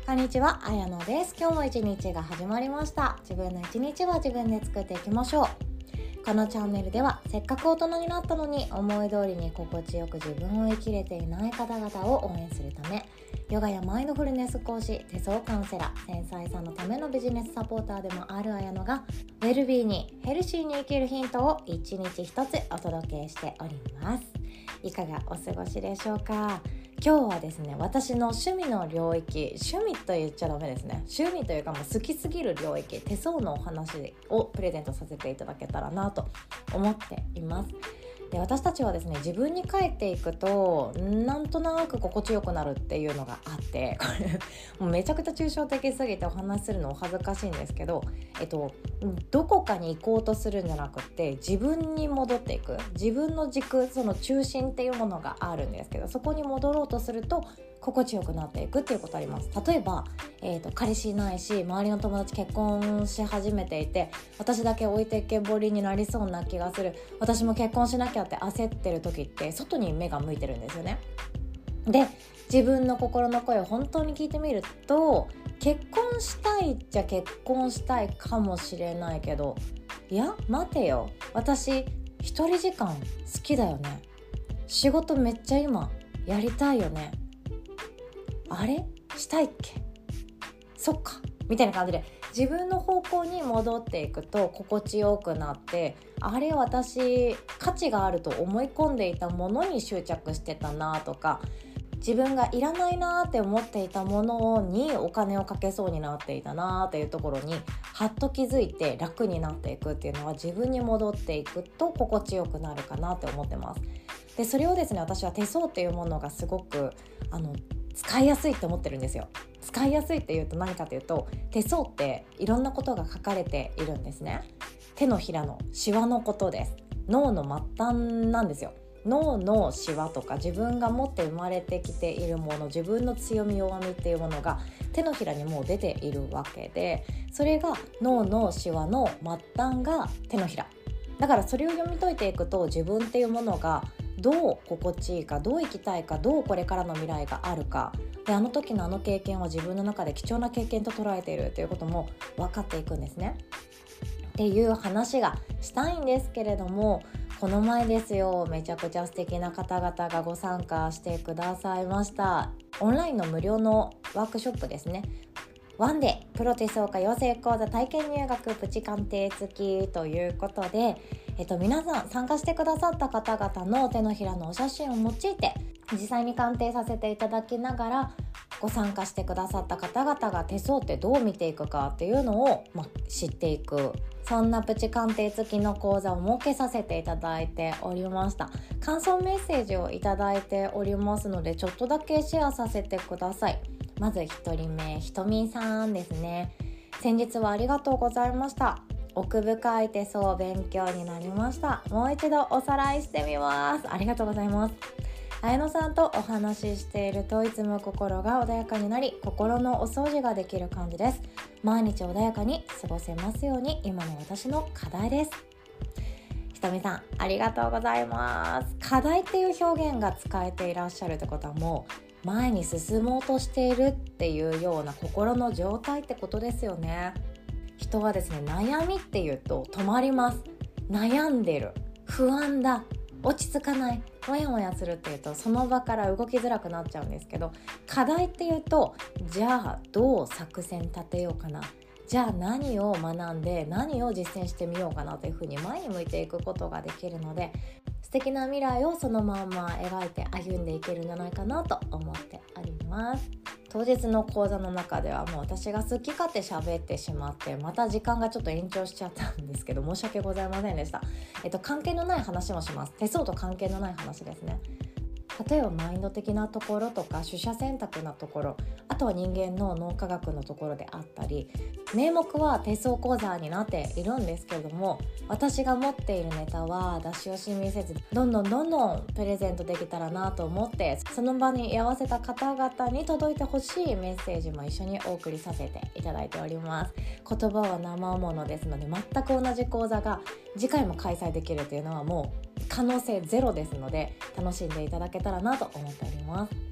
こんにちは、あやのです。今日も一日が始まりました。自分の一日は自分で作っていきましょう。このチャンネルではせっかく大人になったのに思い通りに心地よく自分を生きれていない方々を応援するため、ヨガやマインドフルネス講師、手相カウンセラー、繊細さんのためのビジネスサポーターでもあるあやのが、ウェルビーにヘルシーに生きるヒントを一日一つお届けしております。いかがお過ごしでしょうか。今日はですね、私の趣味の領域、趣味と言っちゃダメですね。趣味というかもう好きすぎる領域、手相のお話をプレゼントさせていただけたらなと思っています。で、私たちはですね、自分に帰っていくとなんとなく心地よくなるっていうのがあって、これもうめちゃくちゃ抽象的すぎてお話しするのお恥ずかしいんですけど、どこかに行こうとするんじゃなくて自分に戻っていく、自分の軸、その中心っていうものがあるんですけど、そこに戻ろうとすると心地よくなっていくっていうことあります。例えば、彼氏いないし周りの友達結婚し始めていて、私だけ置いてけぼりになりそうな気がする、私も結婚しなきゃって焦ってる時って外に目が向いてるんですよね。で、自分の心の声を本当に聞いてみると、結婚したいっちゃ結婚したいかもしれないけど、いや待てよ、私一人時間好きだよね、仕事めっちゃ今やりたいよね、あれしたいっけ、そっかみたいな感じで自分の方向に戻っていくと心地よくなって、あれ私価値があると思い込んでいたものに執着してたなとか、自分がいらないなって思っていたものにお金をかけそうになっていたなっていうところにはっと気づいて楽になっていくっていうのは、自分に戻っていくと心地よくなるかなって思ってます。で、それをですね、私は手相っていうものがすごく使いやすいって思ってるんですよ。使いやすいっていうと何かというと、手相っていろんなことが書かれているんですね。手のひらのシワのことです。脳の末端なんですよ。脳のシワとか自分が持って生まれてきているもの、自分の強み弱みっていうものが手のひらにもう出ているわけで、それが脳のシワの末端が手のひらだから、それを読み解いていくと自分っていうものがどう心地いいか、どう生きたいか、どうこれからの未来があるかで、あの時のあの経験は自分の中で貴重な経験と捉えているということも分かっていくんですね。っていう話がしたいんですけれども、この前ですよ、めちゃくちゃ素敵な方々がご参加してくださいました。オンラインの無料のワークショップですね。ワンデープロ手相家養成講座体験入学プチ鑑定付きということで、皆さん参加してくださった方々の手のひらのお写真を用いて実際に鑑定させていただきながら、ご参加してくださった方々が手相ってどう見ていくかっていうのを、知っていく、そんなプチ鑑定付きの講座を設けさせていただいておりました。感想メッセージをいただいておりますので、ちょっとだけシェアさせてください。まず1人目、ひとみさんですね。先日はありがとうございました。奥深い手相勉強になりました。もう一度おさらいしてみます。ありがとうございます。綾乃さんとお話ししているといつも心が穏やかになり、心のお掃除ができる感じです。毎日穏やかに過ごせますように、今の私の課題です。ひとみさん、ありがとうございます。課題っていう表現が使えていらっしゃるってことは、もう前に進もうとしているっていうような心の状態ってことですよね。人はですね、悩みっていうと止まります。悩んでる、不安だ、落ち着かない、もやもやするっていうとその場から動きづらくなっちゃうんですけど、課題っていうと、じゃあどう作戦立てようかな、じゃあ何を学んで何を実践してみようかなというふうに前に向いていくことができるので、素敵な未来をそのまんま描いて歩んでいけるんじゃないかなと思っております。当日の講座の中ではもう私が好き勝手喋ってしまって、また時間がちょっと延長しちゃったんですけど、申し訳ございませんでした。関係のない話もします。手相と関係のない話ですね。例えばマインド的なところとか取捨選択なところ、あとは人間の脳科学のところであったり、名目は手相講座になっているんですけれども、私が持っているネタは出し惜しみせずどんどんプレゼントできたらなと思って、その場に居合わせた方々に届いてほしいメッセージも一緒にお送りさせていただいております。言葉は生ものですので、全く同じ講座が次回も開催できるというのはもう可能性ゼロですので、楽しんでいただけたらなと思っております。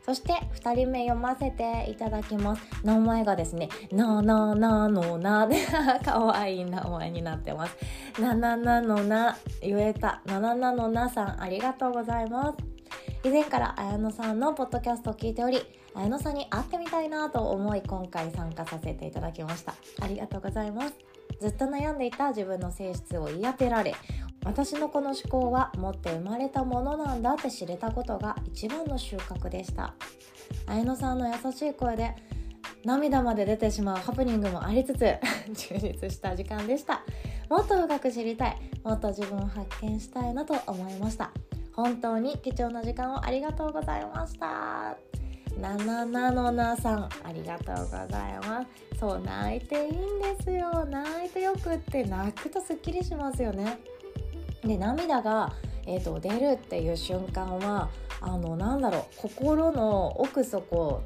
そして2人目読ませていただきます。名前がですね、なななのなかわいい名前になってます。なななのな、言えた。なななのなさん、ありがとうございます。以前から綾乃さんのポッドキャストを聞いており、綾乃さんに会ってみたいなと思い、今回参加させていただきました。ありがとうございます。ずっと悩んでいた自分の性質を言い当てられ、私のこの思考は持って生まれたものなんだって知れたことが一番の収穫でした。綾乃さんの優しい声で涙まで出てしまうハプニングもありつつ充実した時間でした。もっと深く知りたい、もっと自分を発見したいなと思いました。本当に貴重な時間をありがとうございました。なななのなさん、ありがとうございます。そう、泣いていいんですよ。泣いてよくって、泣くとすっきりしますよね。で、涙が、出るっていう瞬間は心の奥底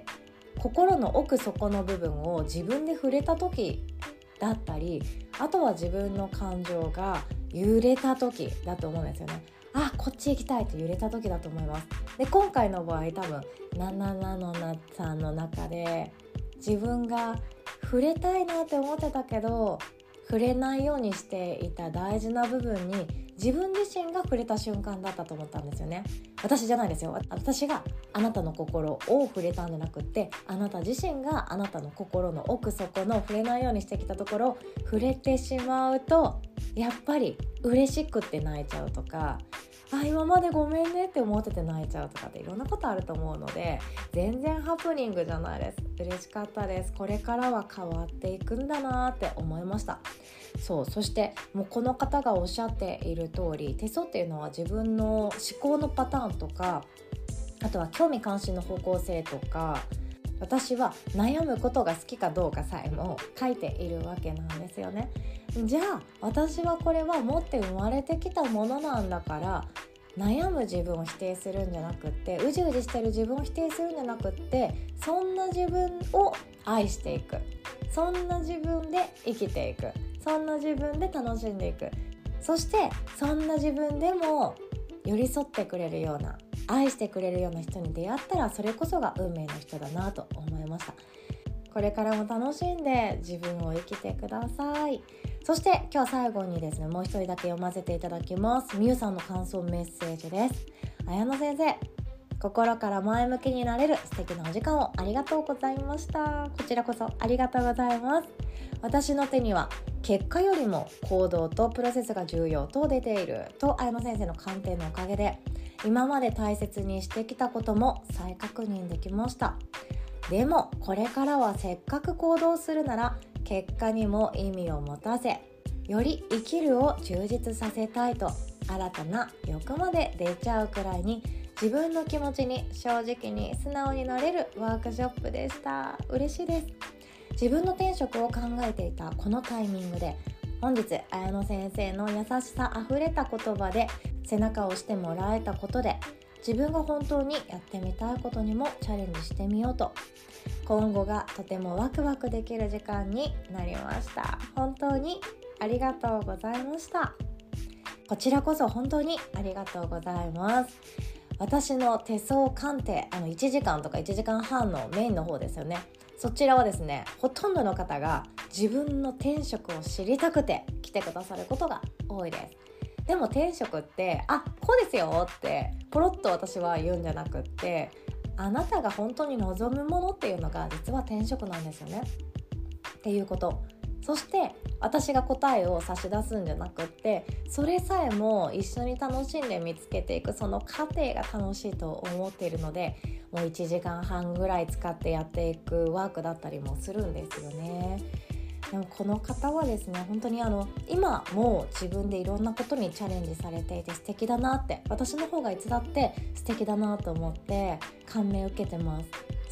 の部分を自分で触れた時だったり、あとは自分の感情が揺れた時だと思うんですよね。こっち行きたいと揺れた時だと思います。で、今回の場合多分なななのなさんの中で自分が触れたいなって思ってたけど触れないようにしていた大事な部分に自分自身が触れた瞬間だったと思ったんですよね。私じゃないですよ。私があなたの心を触れたんじゃなくって、あなた自身があなたの心の奥底の触れないようにしてきたところを触れてしまうと、やっぱり嬉しくって泣いちゃうとか、今までごめんねって思ってて泣いちゃうとかっていろんなことあると思うので、全然ハプニングじゃないです。嬉しかったです。これからは変わっていくんだなって思いました。そしてもうこの方がおっしゃっている通り、手相っていうのは自分の思考のパターンとか、あとは興味関心の方向性とか、私は悩むことが好きかどうかさえも書いているわけなんですよね。じゃあ私はこれは持って生まれてきたものなんだから、悩む自分を否定するんじゃなくって、うじうじしてる自分を否定するんじゃなくって、そんな自分を愛していく、そんな自分で生きていく、そんな自分で楽しんでいく、そしてそんな自分でも寄り添ってくれるような、愛してくれるような人に出会ったら、それこそが運命の人だなと思いました。これからも楽しんで自分を生きてください。そして今日最後にですね、もう一人だけ読ませていただきます。みゆさんの感想メッセージです。綾乃先生、心から前向きになれる素敵なお時間をありがとうございました。こちらこそありがとうございます。私の手には結果よりも行動とプロセスが重要と出ていると、綾乃先生の観点のおかげで今まで大切にしてきたことも再確認できました。でもこれからはせっかく行動するなら結果にも意味を持たせ、より生きるを充実させたいと新たな欲まで出ちゃうくらいに自分の気持ちに正直に素直になれるワークショップでした。嬉しいです。自分の転職を考えていたこのタイミングで、本日綾乃先生の優しさあふれた言葉で背中を押してもらえたことで、自分が本当にやってみたいことにもチャレンジしてみようと、今後がとてもワクワクできる時間になりました。本当にありがとうございました。こちらこそ本当にありがとうございます。私の手相鑑定、1時間とか1時間半のメインの方ですよね。そちらはですね、ほとんどの方が自分の転職を知りたくて来てくださることが多いです。でも転職ってこうですよってポロッと私は言うんじゃなくって、あなたが本当に望むものっていうのが実は転職なんですよねっていうこと。そして私が答えを差し出すんじゃなくって、それさえも一緒に楽しんで見つけていく、その過程が楽しいと思っているので、もう1時間半ぐらい使ってやっていくワークだったりもするんですよね。でもこの方はですね、本当に今も自分でいろんなことにチャレンジされていて素敵だなって、私の方がいつだって素敵だなと思って感銘を受けてます。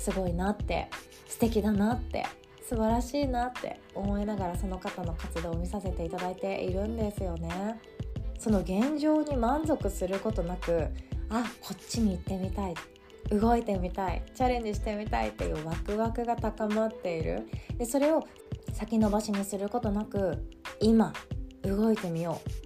すごいなって、素敵だなって、素晴らしいなって思いながらその方の活動を見させていただいているんですよね。その現状に満足することなく、こっちに行ってみたい、動いてみたい、チャレンジしてみたいっていうワクワクが高まっている。でそれを先延ばしにすることなく、今動いてみよう、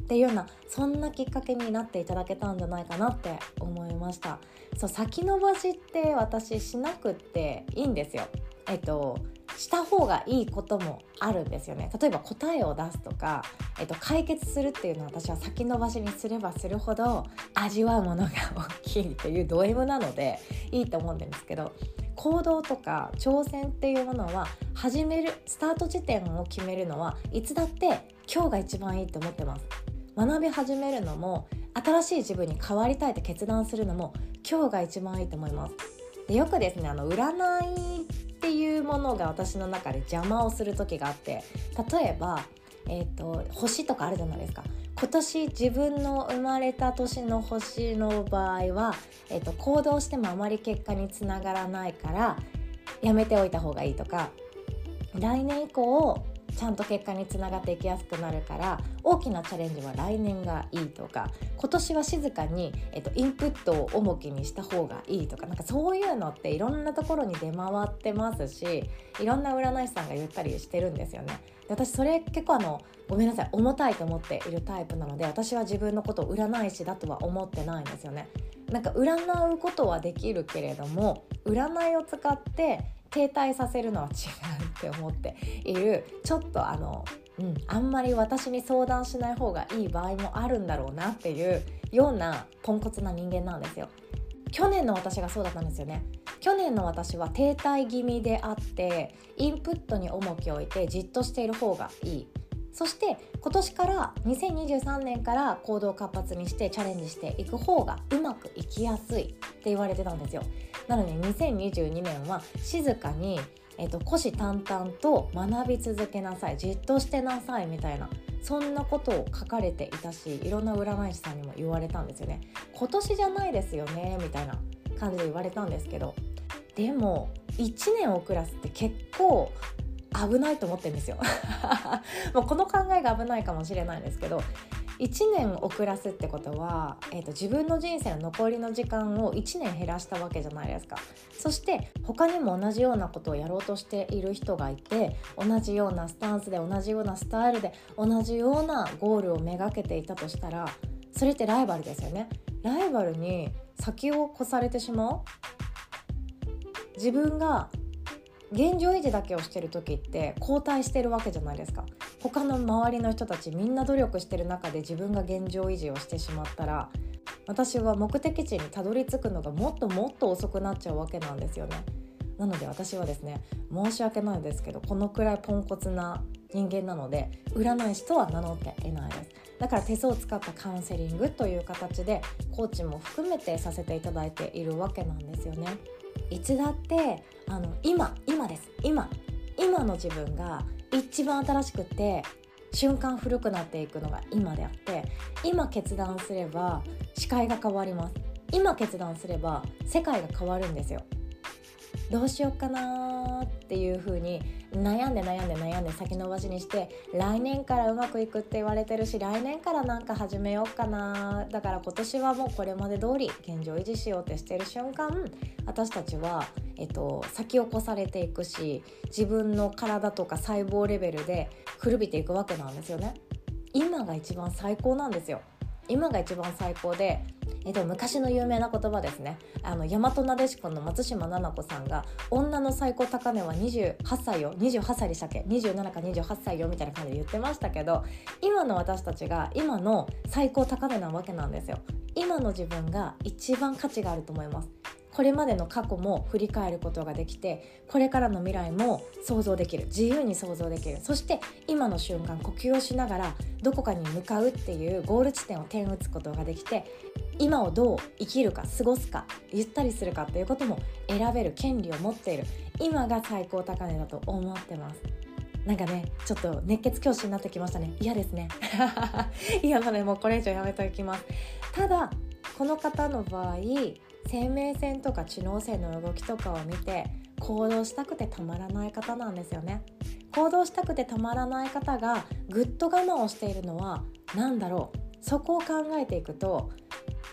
っていうような、そんなきっかけになっていただけたんじゃないかなって思いました。そう、先延ばしって私しなくっていいんですよ。した方がいいこともあるんですよね。例えば答えを出すとか、解決するっていうのは私は先延ばしにすればするほど味わうものが大きいっていうド M なのでいいと思うんですけど、行動とか挑戦っていうものは始めるスタート地点を決めるのはいつだって今日が一番いいと思ってます。学び始めるのも新しい自分に変わりたいって決断するのも今日が一番いいと思います。でよくですね、占いっていうものが私の中で邪魔をする時があって、例えば、星とかあるじゃないですか。今年自分の生まれた年の星の場合は、行動してもあまり結果につながらないからやめておいた方がいいとか、来年以降ちゃんと結果につながっていきやすくなるから大きなチャレンジは来年がいいとか、今年は静かに、インプットを重きにした方がいいとか、なんかそういうのっていろんなところに出回ってますし、いろんな占い師さんが言ったりしてるんですよね。で私それ結構ごめんなさい、重たいと思っているタイプなので、私は自分のことを占い師だとは思ってないんですよね。なんか占うことはできるけれども、占いを使って停滞させるのは違うって思っている。ちょっとあんまり私に相談しない方がいい場合もあるんだろうなっていうようなポンコツな人間なんですよ。去年の私がそうだったんですよね。去年の私は停滞気味であって、インプットに重きを置いてじっとしている方がいい。そして今年から2023年から行動を活発にしてチャレンジしていく方がうまくいきやすいって言われてたんですよ。なので2022年は静かに、虎視眈々と学び続けなさい、じっとしてなさいみたいな、そんなことを書かれていたし、いろんな占い師さんにも言われたんですよね。今年じゃないですよねみたいな感じで言われたんですけど、でも1年遅らすって結構危ないと思ってるんですよもうこの考えが危ないかもしれないですけど、1年遅らすってことは、自分の人生の残りの時間を1年減らしたわけじゃないですか。そして他にも同じようなことをやろうとしている人がいて、同じようなスタンスで同じようなスタイルで同じようなゴールをめがけていたとしたら、それってライバルですよね。ライバルに先を越されてしまう。自分が現状維持だけをしてる時って後退してるわけじゃないですか。他の周りの人たちみんな努力してる中で自分が現状維持をしてしまったら、私は目的地にたどり着くのがもっともっと遅くなっちゃうわけなんですよね。なので私はですね、申し訳ないですけどこのくらいポンコツな人間なので占い師とは名乗っていないです。だから手相を使ったカウンセリングという形でコーチも含めてさせていただいているわけなんですよね。いつだって今です。今の自分が一番新しくて瞬間古くなっていくのが今であって、今決断すれば視界が変わります。今決断すれば世界が変わるんですよ。どうしようかなっていう風に悩んで先延ばしにして、来年からうまくいくって言われてるし、来年からなんか始めようかな、だから今年はもうこれまで通り現状維持しようってしてる瞬間、私たちは、先を越されていくし、自分の体とか細胞レベルで古びていくわけなんですよね。今が一番最高なんですよ。今が一番最高で、昔の有名な言葉ですね。大和なでしこの松島菜々子さんが、女の最高高値は28歳よ、28歳でしたっけ、27か28歳よみたいな感じで言ってましたけど、今の私たちが今の最高高値なわけなんですよ。今の自分が一番価値があると思います。これまでの過去も振り返ることができて、これからの未来も想像できる、自由に想像できる。そして今の瞬間呼吸をしながらどこかに向かうっていうゴール地点を点打つことができて、今をどう生きるか過ごすかゆったりするかっていうことも選べる権利を持っている。今が最高高値だと思ってます。なんかね、ちょっと熱血教師になってきましたね。嫌ですね嫌なのでもうこれ以上やめておきます。ただこの方の場合、生命線とか知能線の動きとかを見て行動したくてたまらない方なんですよね。行動したくてたまらない方がぐっと我慢をしているのは何だろう。そこを考えていくと、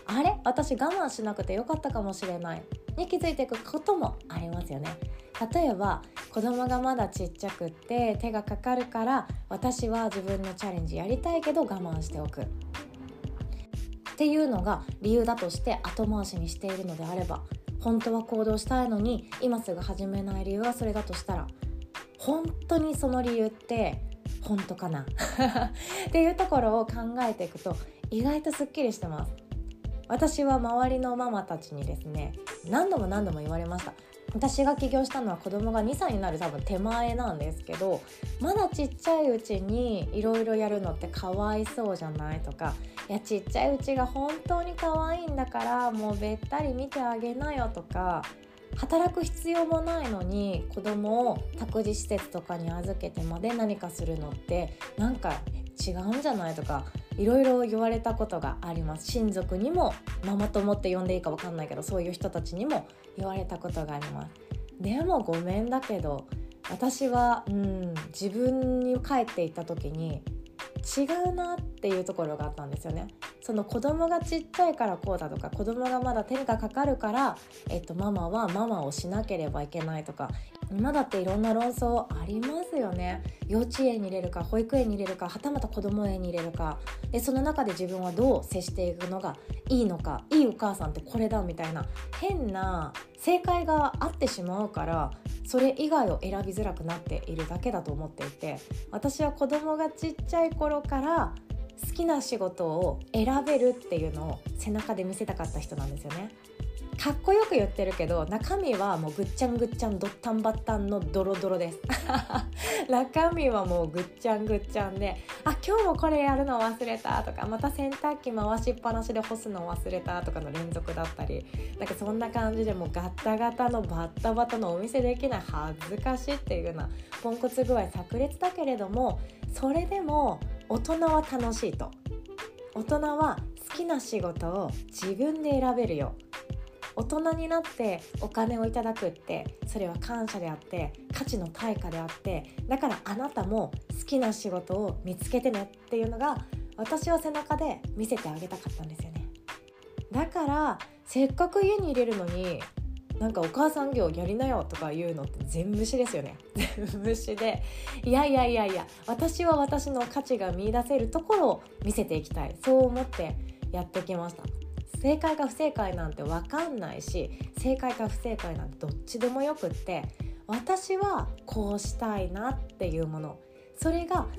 あれ私我慢しなくてよかったかもしれないに気づいていくこともありますよね。例えば子供がまだちっちゃくって手がかかるから私は自分のチャレンジやりたいけど我慢しておくっていうのが理由だとして後回しにしているのであれば、本当は行動したいのに今すぐ始めない理由はそれだとしたら、本当にその理由って本当かなっていうところを考えていくと意外とすっきりしてます。私は周りのママたちにですね、何度も言われました。私が起業したのは子供が2歳になる多分手前なんですけど、まだちっちゃいうちにいろいろやるのってかわいそうじゃないとか、いやちっちゃいうちが本当に可愛いんだからもうべったり見てあげなよとか、働く必要もないのに子供を託児施設とかに預けてまで何かするのってなんか違うんじゃないとか、いろいろ言われたことがあります。親族にも、ママ友って呼んでいいか分かんないけど、そういう人たちにも言われたことがあります。でもごめんだけど私は自分に帰っていった時に違うなっていうところがあったんですよね。その子供がちっちゃいからこうだとか、子供がまだ手がかかるから、ママはママをしなければいけないとか、今だっていろんな論争ありますよね。幼稚園に入れるか保育園に入れるか、はたまた子供園に入れるかで、その中で自分はどう接していくのがいいのか、いいお母さんってこれだみたいな変な正解があってしまうから、それ以外を選びづらくなっているだけだと思っていて、私は子供がちっちゃい頃から好きな仕事を選べるっていうのを背中で見せたかった人なんですよね。かっこよく言ってるけど中身はもうぐっちゃんぐっちゃんドッタンバッタンのドロドロです中身はもうぐっちゃんぐっちゃんで、今日もこれやるの忘れたとか、また洗濯機回しっぱなしで干すの忘れたとかの連続だったり、なんかそんな感じでもうガタガタのバッタバタのお見せできない恥ずかしいっていうようなポンコツ具合炸裂だけれども、それでも大人は楽しいと。大人は好きな仕事を自分で選べるよ。大人になってお金をいただくってそれは感謝であって価値の対価であって、だからあなたも好きな仕事を見つけてねっていうのが私は背中で見せてあげたかったんですよね。だからせっかく家に入れるのになんかお母さん業やりなよとか言うのって全無視ですよね。全無視で、いや私は私の価値が見出せるところを見せていきたい、そう思ってやってきました。正解か不正解なんて分かんないし、正解か不正解なんてどっちでもよくって、私はこうしたいなっていうもの、それが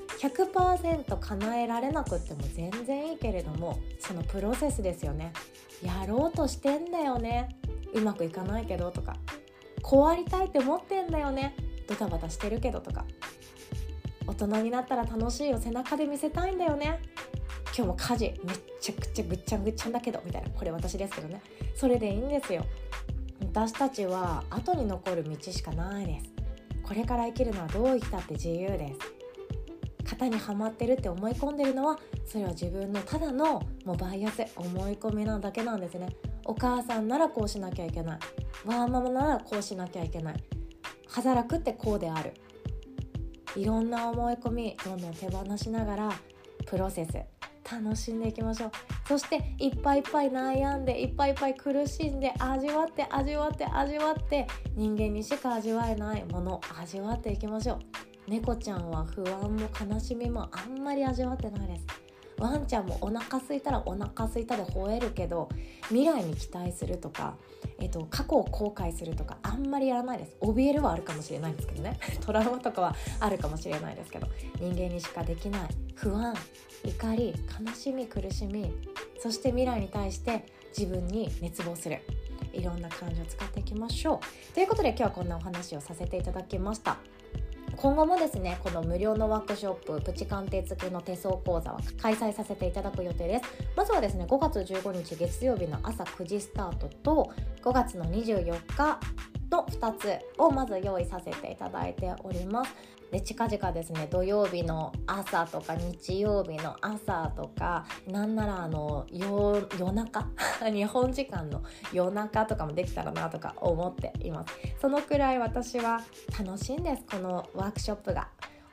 100% 叶えられなくっても全然いいけれども、そのプロセスですよね。やろうとしてんだよね、うまくいかないけどとか、こうありたいって思ってんだよね、ドタバタしてるけどとか、大人になったら楽しいを背中で見せたいんだよね、今日も家事めっちゃくちゃぐっちゃんぐっちゃんだけどみたいな、これ私ですけどね、それでいいんですよ。私たちは後に残る道しかないです。これから生きるのはどう生きたって自由です。型にはまってるって思い込んでるのは、それは自分のただのもうバイアス、思い込みなだけなんですね。お母さんならこうしなきゃいけない、ワーママならこうしなきゃいけない、働くってこうである、いろんな思い込みどんどん手放しながらプロセス楽しんでいきましょう。そしていっぱいいっぱい悩んでいっぱいいっぱい苦しんで味わって人間にしか味わえないものを味わっていきましょう。猫ちゃんは不安も悲しみもあんまり味わってないです。ワンちゃんもお腹空いたらお腹空いたで吠えるけど、未来に期待するとか、過去を後悔するとかあんまりやらないです。怯えるはあるかもしれないんですけどねトラウマとかはあるかもしれないですけど、人間にしかできない不安、怒り、悲しみ、苦しみ、そして未来に対して自分に熱望する、いろんな感情を使っていきましょう。ということで今日はこんなお話をさせていただきました。今後もですね、この無料のワークショッププチ鑑定付きの手相講座は開催させていただく予定です。まずはですね、5月15日月曜日の朝9時スタートと5月の24日の2つをまず用意させていただいております。で、近々ですね、土曜日の朝とか日曜日の朝とか、なんなら夜中日本時間の夜中とかもできたらなとか思っています。そのくらい私は楽しいんです、このワークショップが。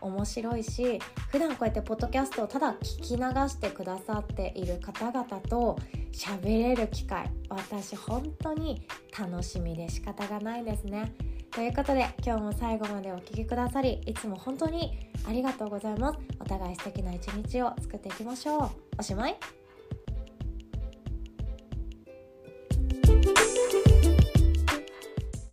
面白いし、普段こうやってポッドキャストをただ聞き流してくださっている方々と喋れる機会、私本当に楽しみで仕方がないですね。ということで今日も最後までお聞きくださりいつも本当にありがとうございます。お互い素敵な一日を作っていきましょう。おしまい。